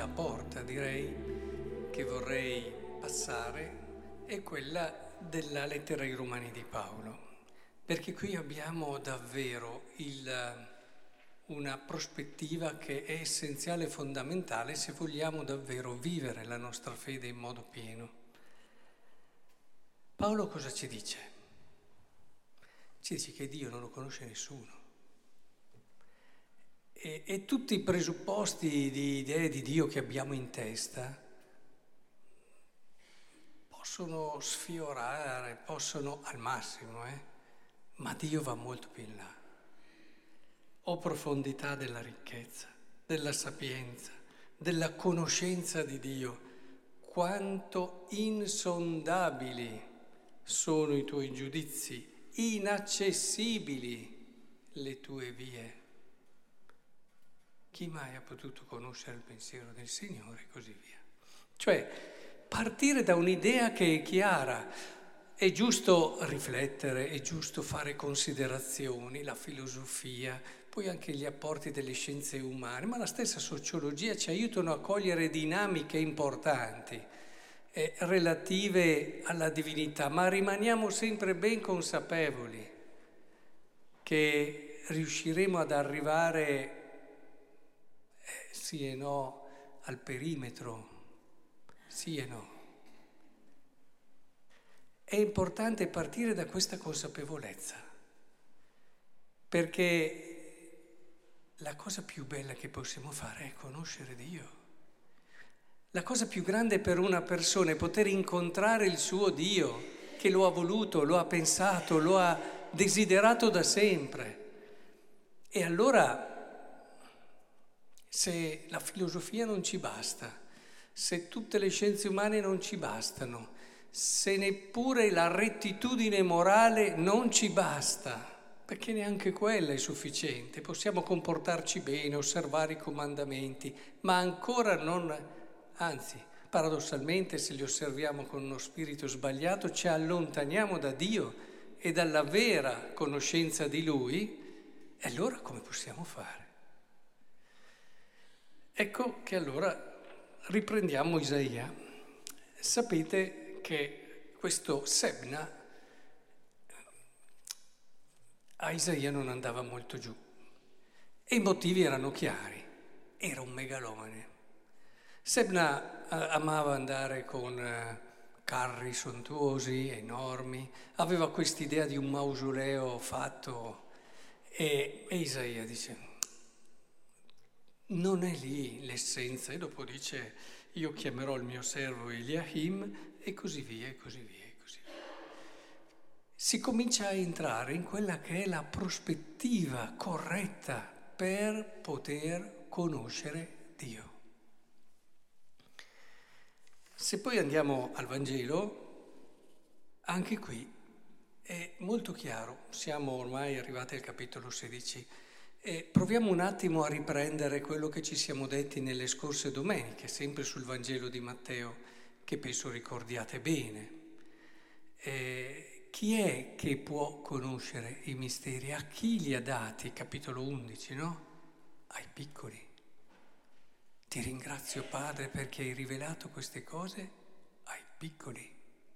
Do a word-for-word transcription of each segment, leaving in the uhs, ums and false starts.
seconda porta, direi, che vorrei passare è quella della lettera ai Romani di Paolo, perché qui abbiamo davvero il, una prospettiva che è essenziale e fondamentale se vogliamo davvero vivere la nostra fede in modo pieno. Paolo cosa ci dice? Ci dice che Dio non lo conosce nessuno. E, e tutti i presupposti di idee di Dio che abbiamo in testa possono sfiorare, possono al massimo, eh? Ma Dio va molto più in là. O profondità della ricchezza, della sapienza, della conoscenza di Dio, quanto insondabili sono i tuoi giudizi, inaccessibili le tue vie. Chi mai ha potuto conoscere il pensiero del Signore e così via. Cioè, partire da un'idea che è chiara, è giusto riflettere, è giusto fare considerazioni, la filosofia, poi anche gli apporti delle scienze umane, ma la stessa sociologia ci aiutano a cogliere dinamiche importanti eh, relative alla divinità, ma rimaniamo sempre ben consapevoli che riusciremo ad arrivare Eh, sì e no al perimetro, sì e no. È importante partire da questa consapevolezza, perché la cosa più bella che possiamo fare è conoscere Dio. La cosa più grande per una persona è poter incontrare il suo Dio, che lo ha voluto, lo ha pensato, lo ha desiderato da sempre. E allora, se la filosofia non ci basta, se tutte le scienze umane non ci bastano, se neppure la rettitudine morale non ci basta, perché neanche quella è sufficiente, possiamo comportarci bene, osservare i comandamenti, ma ancora non, anzi, paradossalmente se li osserviamo con uno spirito sbagliato ci allontaniamo da Dio e dalla vera conoscenza di Lui, e allora come possiamo fare? Ecco che allora riprendiamo Isaia. Sapete che questo Sebna a Isaia non andava molto giù e i motivi erano chiari, era un megalomane. Sebna amava andare con carri sontuosi, enormi, aveva quest'idea di un mausoleo fatto e, e Isaia dice: non è lì l'essenza, e dopo dice: io chiamerò il mio servo Eliahim, e così via, e così via, e così via. Si comincia a entrare in quella che è la prospettiva corretta per poter conoscere Dio. Se poi andiamo al Vangelo, anche qui è molto chiaro, siamo ormai arrivati al capitolo sedici, e proviamo un attimo a riprendere quello che ci siamo detti nelle scorse domeniche, sempre sul Vangelo di Matteo, che penso ricordiate bene. Eh, chi è che può conoscere i misteri? A chi li ha dati? Capitolo undici, no? Ai piccoli. Ti ringrazio, Padre, perché hai rivelato queste cose ai piccoli.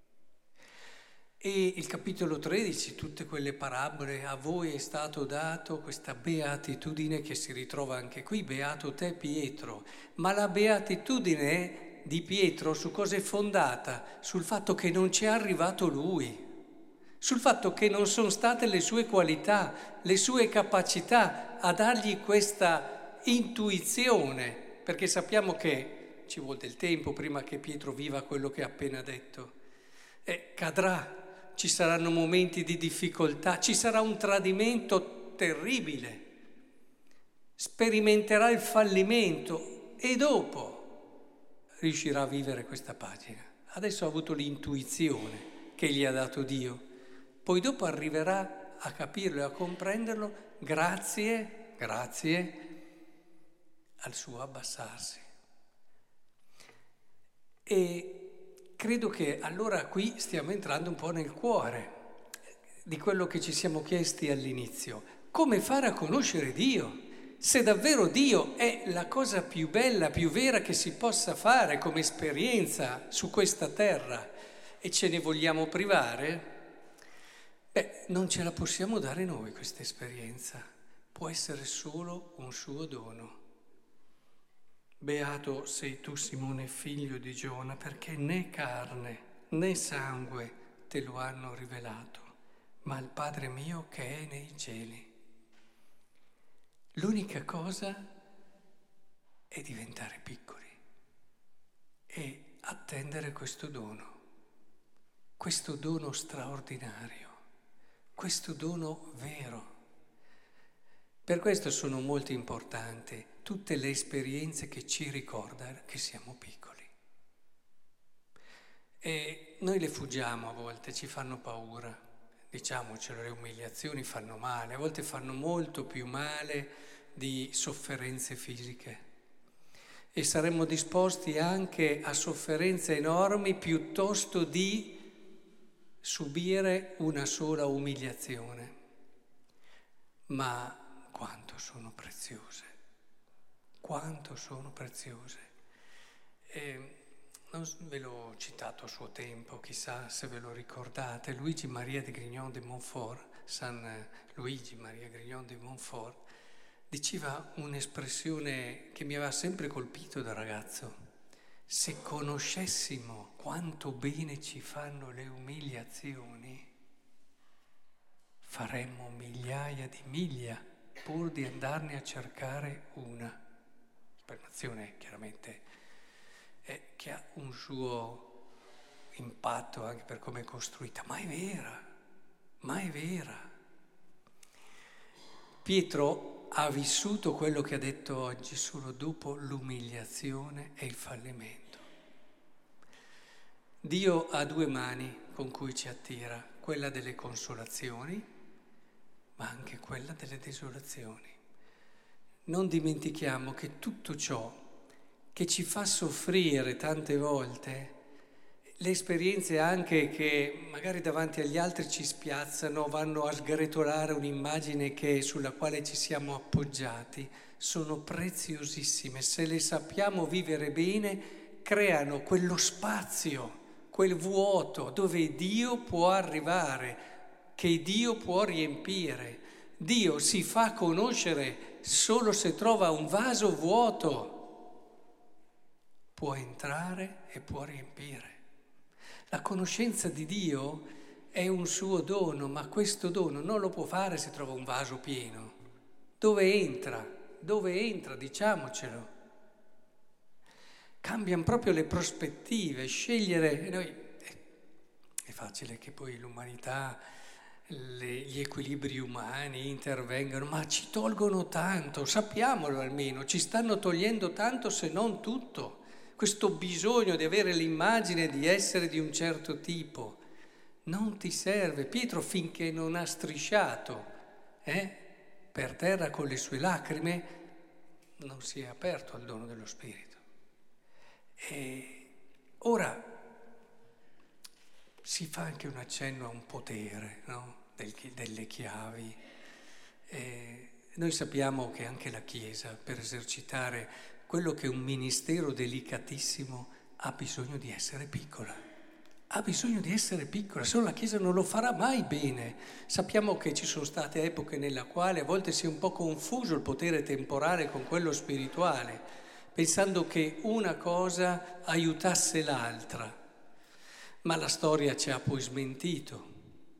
E il capitolo tredici, tutte quelle parabole, a voi è stato dato questa beatitudine che si ritrova anche qui, beato te Pietro, ma la beatitudine di Pietro su cosa è fondata? Sul fatto che non ci è arrivato lui, sul fatto che non sono state le sue qualità, le sue capacità a dargli questa intuizione, perché sappiamo che ci vuole del tempo prima che Pietro viva quello che ha appena detto, e cadrà. Ci saranno momenti di difficoltà, ci sarà un tradimento terribile, sperimenterà il fallimento e dopo riuscirà a vivere questa pagina. Adesso ha avuto l'intuizione che gli ha dato Dio, poi dopo arriverà a capirlo e a comprenderlo grazie, grazie al suo abbassarsi. E credo che allora qui stiamo entrando un po' nel cuore di quello che ci siamo chiesti all'inizio. Come fare a conoscere Dio? se davvero Dio è la cosa più bella, più vera che si possa fare come esperienza su questa terra e ce ne vogliamo privare, beh, non ce la possiamo dare noi questa esperienza, può essere solo un suo dono. Beato sei tu, Simone, figlio di Giona, perché né carne né sangue te lo hanno rivelato, ma il Padre mio che è nei cieli. L'unica cosa è diventare piccoli e attendere questo dono, questo dono straordinario, questo dono vero. Per questo sono molto importanti tutte le esperienze che ci ricordano che siamo piccoli. E noi le fuggiamo a volte, ci fanno paura. Diciamocelo, le umiliazioni fanno male, a volte fanno molto più male di sofferenze fisiche. E saremmo disposti anche a sofferenze enormi piuttosto di subire una sola umiliazione. Ma quanto sono preziose, quanto sono preziose. E non ve l'ho citato a suo tempo, chissà se ve lo ricordate, Luigi Maria de Grignon de Montfort, San Luigi Maria Grignon de Montfort, diceva un'espressione che mi aveva sempre colpito da ragazzo: se conoscessimo quanto bene ci fanno le umiliazioni, faremmo migliaia di miglia pur di andarne a cercare una. Affermazione chiaramente eh, che ha un suo impatto anche per come è costruita, ma è vera, ma è vera. Pietro ha vissuto quello che ha detto oggi solo dopo l'umiliazione e il fallimento. Dio ha due mani con cui ci attira, quella delle consolazioni, ma anche quella delle desolazioni. Non dimentichiamo che tutto ciò che ci fa soffrire tante volte, le esperienze anche che magari davanti agli altri ci spiazzano, vanno a sgretolare un'immagine che, sulla quale ci siamo appoggiati, sono preziosissime. Se le sappiamo vivere bene, creano quello spazio, quel vuoto dove Dio può arrivare, che Dio può riempire. Dio si fa conoscere solo se trova un vaso vuoto. Può entrare e può riempire. La conoscenza di Dio è un suo dono, ma questo dono non lo può fare se trova un vaso pieno. Dove entra? Dove entra? Diciamocelo. Cambiano proprio le prospettive, scegliere. Noi, è facile che poi l'umanità, le, gli equilibri umani intervengano, ma ci tolgono tanto, sappiamolo almeno, ci stanno togliendo tanto se non tutto. Questo bisogno di avere l'immagine di essere di un certo tipo non ti serve. Pietro, finché non ha strisciato eh, per terra con le sue lacrime, non si è aperto al dono dello Spirito. E ora si fa anche un accenno a un potere, no? Del, delle chiavi. E noi sappiamo che anche la Chiesa, per esercitare quello che è un ministero delicatissimo, ha bisogno di essere piccola. Ha bisogno di essere piccola, solo la Chiesa non lo farà mai bene. Sappiamo che ci sono state epoche nella quale a volte si è un po' confuso il potere temporale con quello spirituale, pensando che una cosa aiutasse l'altra. Ma la storia ci ha poi smentito.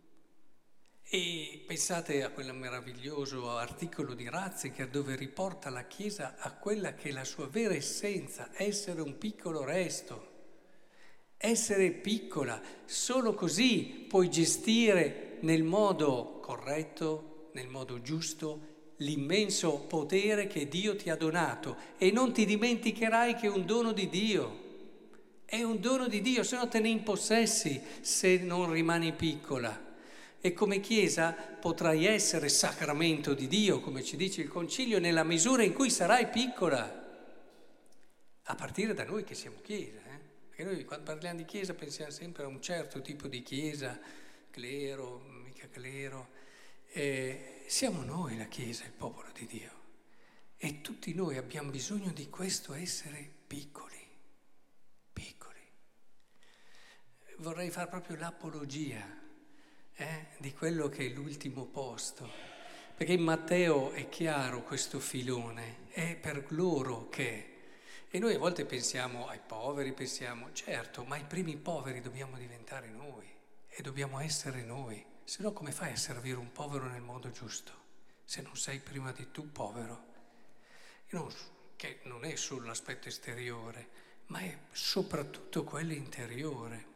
E pensate a quel meraviglioso articolo di Ratzinger dove riporta la Chiesa a quella che è la sua vera essenza, essere un piccolo resto, essere piccola. Solo così puoi gestire nel modo corretto, nel modo giusto, l'immenso potere che Dio ti ha donato. E non ti dimenticherai che è un dono di Dio. È un dono di Dio, se no te ne impossessi se non rimani piccola. E come Chiesa potrai essere sacramento di Dio, come ci dice il Concilio, nella misura in cui sarai piccola. A partire da noi che siamo Chiesa. Eh? Perché noi quando parliamo di Chiesa pensiamo sempre a un certo tipo di Chiesa, clero, mica clero. Eh, siamo noi la Chiesa, il popolo di Dio. E tutti noi abbiamo bisogno di questo, essere piccoli, piccoli. Vorrei fare proprio l'apologia eh, di quello che è l'ultimo posto, perché in Matteo è chiaro questo filone, è per loro che... E noi a volte pensiamo ai poveri, pensiamo, certo, ma i primi poveri dobbiamo diventare noi e dobbiamo essere noi, se no come fai a servire un povero nel modo giusto, se non sei prima di tu povero? Non, che non è solo l'aspetto esteriore, ma è soprattutto quello interiore.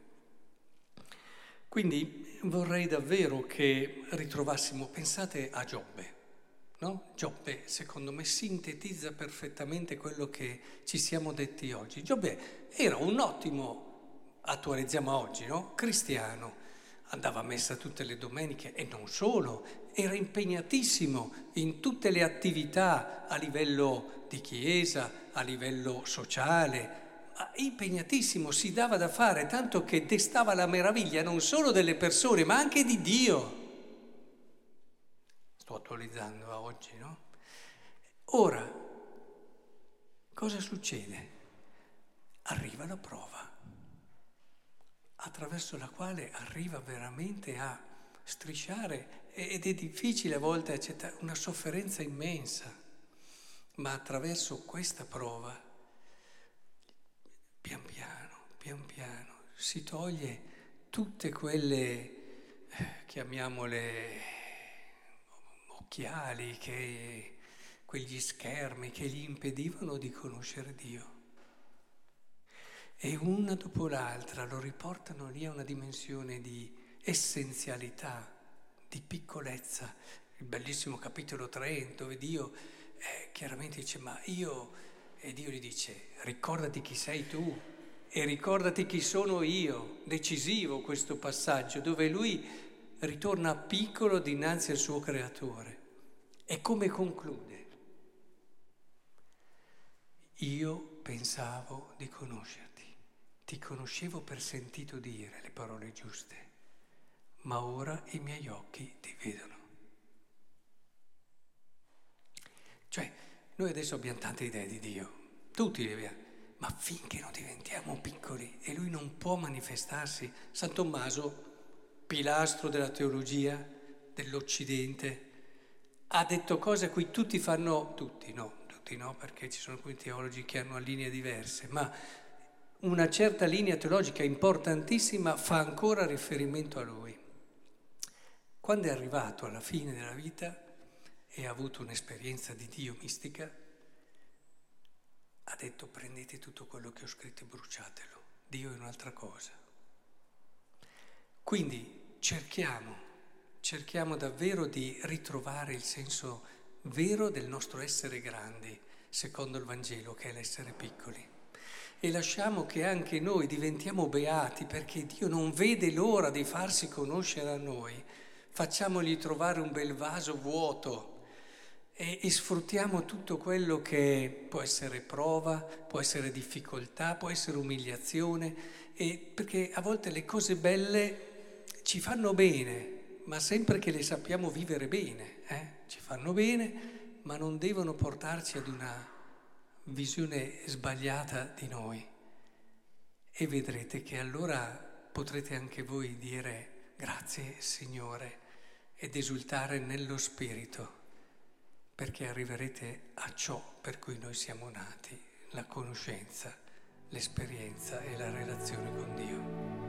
Quindi vorrei davvero che ritrovassimo, pensate a Giobbe, no? Giobbe secondo me sintetizza perfettamente quello che ci siamo detti oggi. Giobbe era un ottimo, attualizziamo oggi, no? Cristiano, andava a messa tutte le domeniche e non solo, era impegnatissimo in tutte le attività a livello di chiesa, a livello sociale, impegnatissimo, si dava da fare, tanto che destava la meraviglia non solo delle persone, ma anche di Dio. Sto attualizzando a oggi, no? Ora, cosa succede? Arriva la prova, attraverso la quale arriva veramente a strisciare, ed è difficile a volte accettare una sofferenza immensa, ma attraverso questa prova, pian piano, pian piano, si toglie tutte quelle, eh, chiamiamole occhiali, che, quegli schermi che gli impedivano di conoscere Dio. E una dopo l'altra lo riportano lì a una dimensione di essenzialità, di piccolezza. Il bellissimo capitolo tre, dove Dio eh, chiaramente dice, ma io... E Dio gli dice, ricordati chi sei tu e ricordati chi sono io. Decisivo questo passaggio, dove lui ritorna piccolo dinanzi al suo creatore. E come conclude? Io pensavo di conoscerti, ti conoscevo per sentito dire le parole giuste, ma ora i miei occhi ti vedono. Cioè, noi adesso abbiamo tante idee di Dio, tutti le abbiamo, ma finché non diventiamo piccoli e Lui non può manifestarsi. San Tommaso, pilastro della teologia dell'Occidente, ha detto cose a cui tutti fanno, tutti no, tutti no, perché ci sono alcuni teologi che hanno linee diverse, ma una certa linea teologica importantissima fa ancora riferimento a Lui. Quando è arrivato alla fine della vita e ha avuto un'esperienza di Dio mistica, ha detto prendete tutto quello che ho scritto e bruciatelo, Dio è un'altra cosa. Quindi cerchiamo, cerchiamo davvero di ritrovare il senso vero del nostro essere grandi, secondo il Vangelo, che è l'essere piccoli. E lasciamo che anche noi diventiamo beati, perché Dio non vede l'ora di farsi conoscere a noi. Facciamogli trovare un bel vaso vuoto e, e sfruttiamo tutto quello che può essere prova, può essere difficoltà, può essere umiliazione, e perché a volte le cose belle ci fanno bene, ma sempre che le sappiamo vivere bene, eh? Ci fanno bene, ma non devono portarci ad una visione sbagliata di noi. E vedrete che allora potrete anche voi dire grazie Signore ed esultare nello Spirito, perché arriverete a ciò per cui noi siamo nati, la conoscenza, l'esperienza e la relazione con Dio.